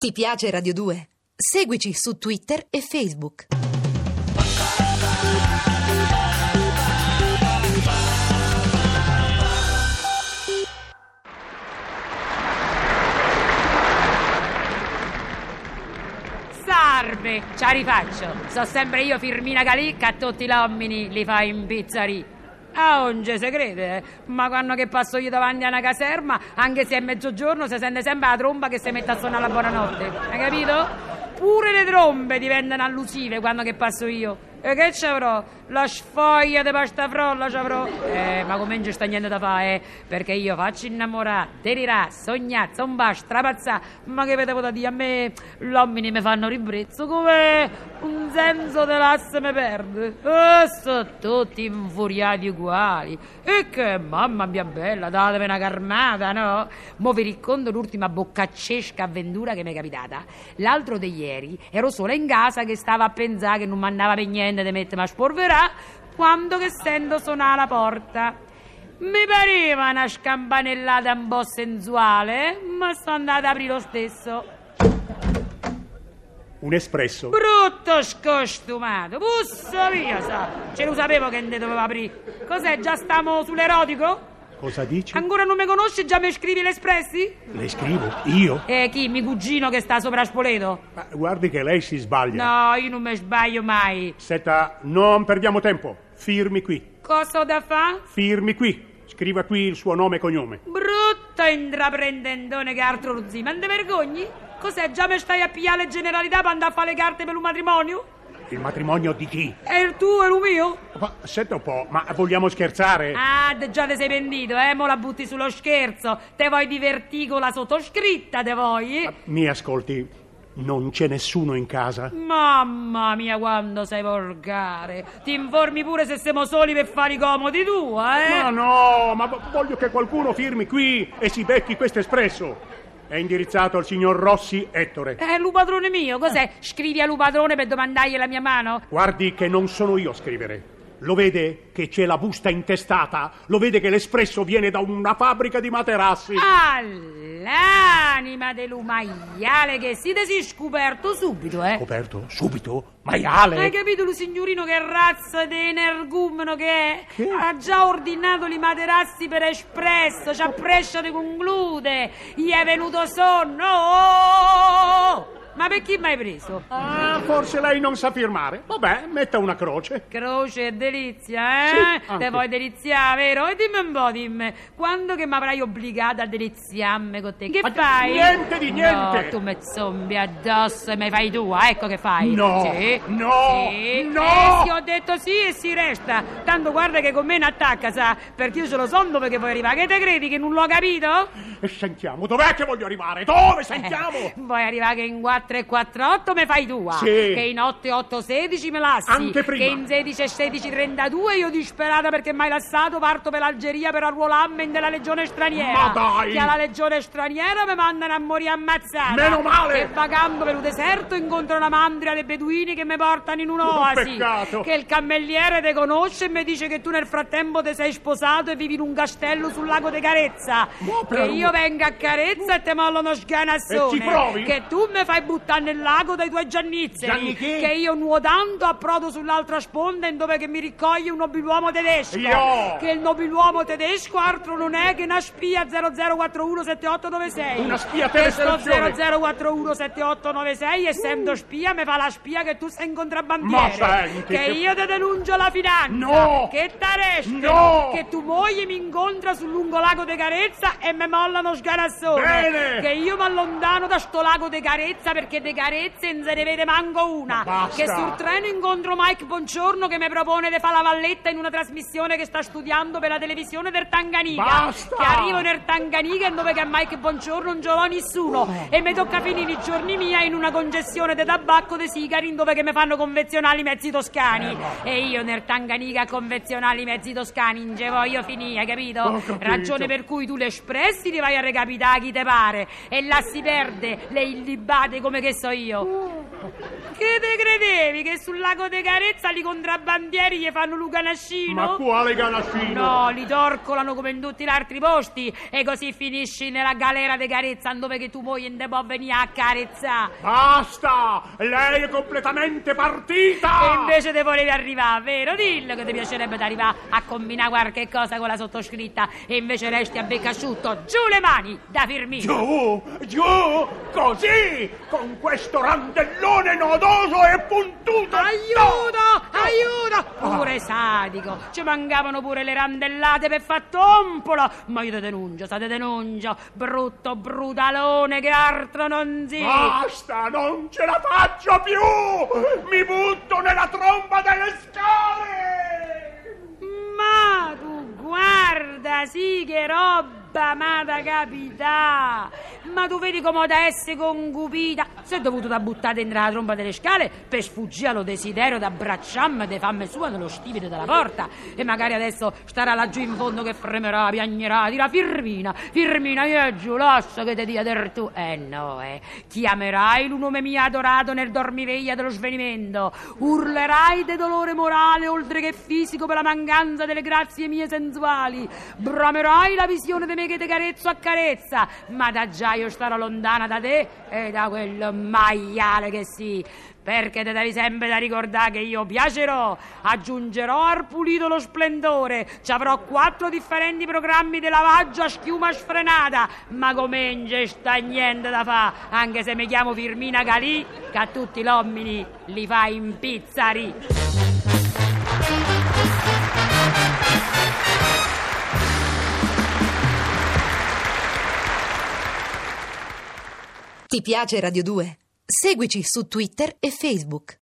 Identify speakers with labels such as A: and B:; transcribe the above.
A: Ti piace Radio 2? Seguici su Twitter e Facebook.
B: Salve, ci rifaccio. So sempre io Firmina Calicca, a tutti gli uomini li fa in pizzari. Ah, non ci si crede, eh? Ma quando che passo io davanti a una caserma, anche se è mezzogiorno, si sente sempre la tromba che si mette a suonare la buonanotte. Hai capito? Pure le trombe diventano allusive quando che passo io. E che ci avrò? La sfoglia di pasta frolla ci avrò. Ma comincio sta niente da fare, perché io faccio innamorare, delirare, sognare, zombare, strapazzare. Ma che vedevo da dire? A me gli uomini mi fanno ribrezzo come un senso dell'asse mi perde. Sono tutti infuriati uguali. E che mamma mia bella, datevi una carmata, no? Mo vi racconto l'ultima boccaccesca avventura che mi è capitata. L'altro di ieri ero sola in casa che stava a pensare che non mi andava per niente di mettermi a spolverare, quando che sento suonare la porta. Mi pareva una scampanellata un po' sensuale, ma sono andata ad aprire lo stesso.
C: Un espresso.
B: Brutto scostumato, bussa via, sa. Ce lo sapevo che ne dovevo aprire. Cos'è, già stiamo sull'erotico?
C: Cosa dici?
B: Ancora non mi conosci, già mi scrivi l'espressi?
C: Le scrivo? Io?
B: Chi? Mi cugino che sta sopra Spoleto?
C: Ma guardi che lei si sbaglia.
B: No, io non mi sbaglio mai.
C: Senta, non perdiamo tempo. Firmi qui.
B: Cosa ho da fa?
C: Firmi qui. Scriva qui il suo nome e cognome.
B: Brutto intraprendendone che altro rozzi. Ma non ti vergogni? Cos'è, già mi stai a pigliare le generalità per andare a fare le carte per un matrimonio?
C: Il matrimonio di chi?
B: È il tuo e il mio?
C: Ma senta un po', ma vogliamo scherzare?
B: Ah, già te sei pentito, mo la butti sullo scherzo. Te vuoi divertire con la sottoscritta, te vuoi?
C: Mi ascolti, non c'è nessuno in casa.
B: Mamma mia, quando sei volgare. Ti informi pure se siamo soli per fare i comodi tua,
C: Ma no, ma voglio che qualcuno firmi qui e si becchi questo espresso. È indirizzato al signor Rossi Ettore.
B: Lupadrone mio, cos'è? Scrivi a Lupadrone per domandargli la mia mano?
C: Guardi che non sono io a scrivere. Lo vede che c'è la busta intestata? Lo vede che l'espresso viene da una fabbrica di materassi?
B: All'anima dell'umaiale che si scoperto subito,
C: Scoperto? Subito? Maiale?
B: Hai capito lo signorino che razza di energumeno che è?
C: Che?
B: Ha già ordinato li materassi per espresso, c'ha prescia di conclude, gli è venuto sonno. Oh! Ma per chi mi hai preso?
C: Ah, forse lei non sa firmare. Vabbè, metta una croce.
B: Croce e delizia,
C: Sì, anche.
B: Te vuoi deliziare, vero? E dimmi un po', quando che mi avrai obbligata a deliziarmi con te? Che
C: Ma
B: fai?
C: niente di niente.
B: No, tu mi zombi addosso e mi fai tua, ecco che fai.
C: No,
B: Sì,
C: no,
B: sì.
C: no.
B: Sì, ho detto sì e si resta. Tanto guarda che con me ne attacca, sa? Perché io ce lo so dove che vuoi arrivare. Che te credi che non l'ho capito?
C: E sentiamo, dov'è che voglio arrivare? Dove sentiamo?
B: Vuoi arrivare che in 4 e 4 8 me fai tua?
C: Sì.
B: Che in 8 e 8 16 me lassi?
C: Anche prima.
B: Che in 16 e 16 32 io disperata perché mai lasciato parto per l'Algeria per arruolarmi nella legione straniera.
C: Ma dai!
B: Che alla legione straniera mi mandano a morire ammazzata.
C: Meno male!
B: Che vagando per un deserto incontro una mandria dei beduini che mi portano in un'oasi.
C: Peccato!
B: Che il cammelliere te conosce e mi dice che tu nel frattempo ti sei sposato e vivi in un castello sul lago de Carezza.
C: Ma
B: Che
C: per-
B: io venga a Carezza e te mollo uno sganassone.
C: E ci provi?
B: Che tu mi fai buttare nel lago dai tuoi giannizzeri.
C: Gianni chi?
B: Che io nuotando approdo sull'altra sponda in dove che mi riccoglie un nobiluomo tedesco.
C: Io?
B: Che il nobiluomo tedesco altro non è che una spia 00417896.
C: Una spia
B: Che sto
C: telestazione.
B: 00417896 essendo spia mi fa la spia che tu sei in contrabbandiere.
C: Ma senti
B: Che io te denuncio la finanza.
C: No!
B: Che t'arresti.
C: No!
B: Che tu moglie mi incontra sul lungo lago de Carezza e mi mollano sganassone.
C: Bene!
B: Che io mi allontano da sto lago de Carezza perché de Carezze non se ne vede manco una.
C: Ma basta!
B: Che sul treno incontro Mike Bongiorno che mi propone di fare la valletta in una trasmissione che sta studiando per la televisione del Tanganica.
C: Basta!
B: Che arrivo nel Tanganica e dove che a Mike Bongiorno non ce l'ho nessuno. E mi tocca finire i giorni mia in una congestione di tabacco de sigari in dove che mi fanno convenzionare i mezzi toscani. E io nel Tanganica a convenzionare i mezzi toscani non ce voglio finire, capito?
C: Ho capito.
B: Ragione per cui tu le espressi ti vai a recapitare a chi te pare e là si perde le illibate come che che so io? Che te credevi che sul lago de Carezza li contrabbandieri gli fanno lu ganascino?
C: Ma quale ganascino?
B: No, li torcolano come in tutti gli altri posti e così finisci nella galera de Carezza dove che tu poi non te può venire a carezzare.
C: Basta! Lei è completamente partita!
B: E invece te volevi arrivare, vero? Dillo che ti piacerebbe di arrivare a combinare qualche cosa con la sottoscritta e invece resti a becco asciutto. Giù le mani da Firmino!
C: Giù! Così! Con questo randellone nodoso e puntuto!
B: Aiuto! Pure sadico! Ci mancavano pure le randellate per far tompola! Ma io te denuncio! Brutto brutalone che altro non si...
C: Basta! Non ce la faccio più! Mi butto nella tromba delle scale!
B: Ma tu guarda, sì che roba m'ha da capità! Ma tu vedi come da essere concupita? Si è dovuto da buttare dentro la tromba delle scale per sfuggire allo desiderio da abbracciarmi de famme sua nello stipite della porta e magari adesso starà laggiù in fondo che fremerà, piagnerà, dirà Firmina, io giù, lascia che ti dia del tu. No, chiamerai il nome mio adorato nel dormiveglia dello svenimento, urlerai de dolore morale oltre che fisico per la mancanza delle grazie mie sensuali, bramerai la visione de me che te carezzo a carezza, ma da già io starò lontana da te e da quel maiale che sì, perché te devi sempre da ricordare che io piacerò, aggiungerò al pulito lo splendore, ci avrò 4 differenti programmi di lavaggio a schiuma sfrenata, ma come non sta niente da fa, anche se mi chiamo Firmina Calì, che a tutti gli uomini li fa impizzari.
A: Ti piace Radio 2? Seguici su Twitter e Facebook.